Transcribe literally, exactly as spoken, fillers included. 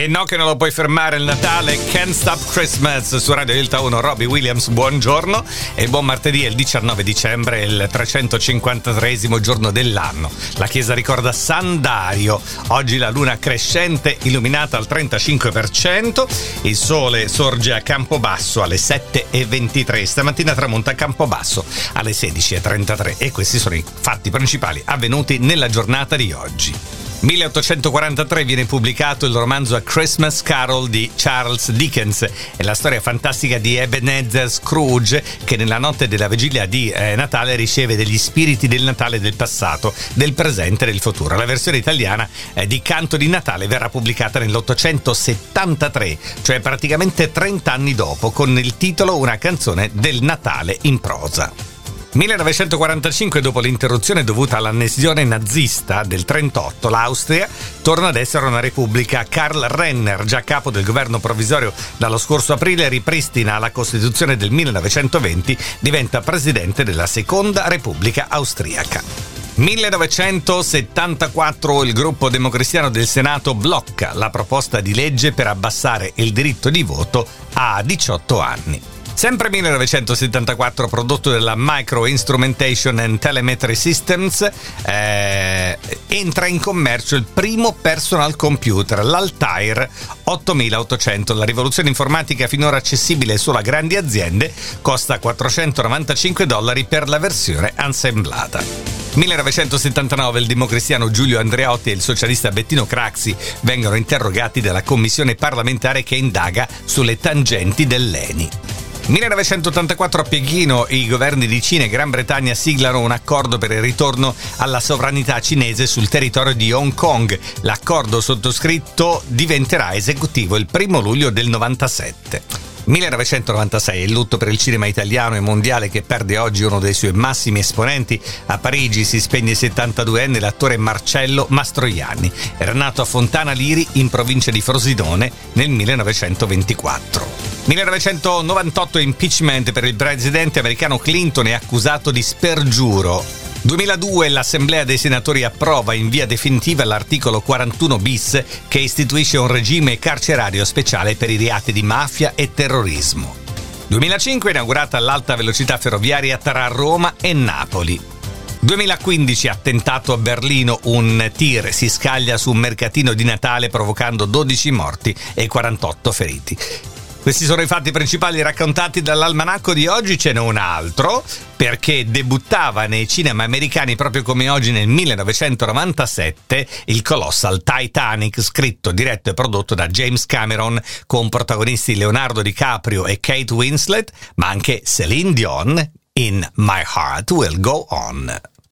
E no che non lo puoi fermare il Natale, Can't Stop Christmas su Radio Delta uno. Robbie Williams, buongiorno e buon martedì, è il diciannove dicembre, il trecentocinquantatreesimo giorno dell'anno. La chiesa ricorda San Dario, oggi la luna crescente illuminata al trentacinque per cento, il sole sorge a Campobasso alle sette e ventitré, stamattina tramonta a Campobasso alle sedici e trentatré e questi sono i fatti principali avvenuti nella giornata di oggi. milleottocentoquarantatré viene pubblicato il romanzo A Christmas Carol di Charles Dickens. È la storia fantastica di Ebenezer Scrooge che nella notte della vigilia di eh, Natale riceve degli spiriti del Natale del passato, del presente e del futuro. La versione italiana eh, di Canto di Natale verrà pubblicata nell'ottocentosettantatré, cioè praticamente trenta anni dopo, con il titolo Una canzone del Natale in prosa. millenovecentoquarantacinque, dopo l'interruzione dovuta all'annessione nazista del trentotto, l'Austria torna ad essere una repubblica. Karl Renner, già capo del governo provvisorio dallo scorso aprile, ripristina la Costituzione del millenovecentoventi, diventa presidente della Seconda Repubblica Austriaca. millenovecentosettantaquattro, il gruppo democristiano del Senato blocca la proposta di legge per abbassare il diritto di voto a diciotto anni. Sempre millenovecentosettantaquattro, prodotto dalla Micro Instrumentation and Telemetry Systems, eh, entra in commercio il primo personal computer, l'Altair ottomilaottocento. La rivoluzione informatica finora accessibile solo a grandi aziende costa quattrocentonovantacinque dollari per la versione assemblata. millenovecentosettantanove, il democristiano Giulio Andreotti e il socialista Bettino Craxi vengono interrogati dalla commissione parlamentare che indaga sulle tangenti dell'E N I. millenovecentottantaquattro, a Pechino i governi di Cina e Gran Bretagna siglano un accordo per il ritorno alla sovranità cinese sul territorio di Hong Kong. L'accordo sottoscritto diventerà esecutivo il primo luglio del novantasette. millenovecentonovantasei, il lutto per il cinema italiano e mondiale che perde oggi uno dei suoi massimi esponenti. A Parigi si spegne il settantaduenne l'attore Marcello Mastroianni. Era nato a Fontana Liri in provincia di Frosinone nel millenovecentoventiquattro. millenovecentonovantotto, impeachment per il presidente americano Clinton, è accusato di spergiuro. duemiladue, l'Assemblea dei Senatori approva in via definitiva l'articolo quarantuno bis che istituisce un regime carcerario speciale per i reati di mafia e terrorismo. duemilacinque, inaugurata l'alta velocità ferroviaria tra Roma e Napoli. duemilaquindici, attentato a Berlino, un tir si scaglia su un mercatino di Natale provocando dodici morti e quarantotto feriti. Questi sono i fatti principali raccontati dall'almanacco di oggi. Ce n'è un altro, perché debuttava nei cinema americani proprio come oggi nel millenovecentonovantasette il colossal Titanic, scritto, diretto e prodotto da James Cameron, con protagonisti Leonardo DiCaprio e Kate Winslet, ma anche Celine Dion in My Heart Will Go On.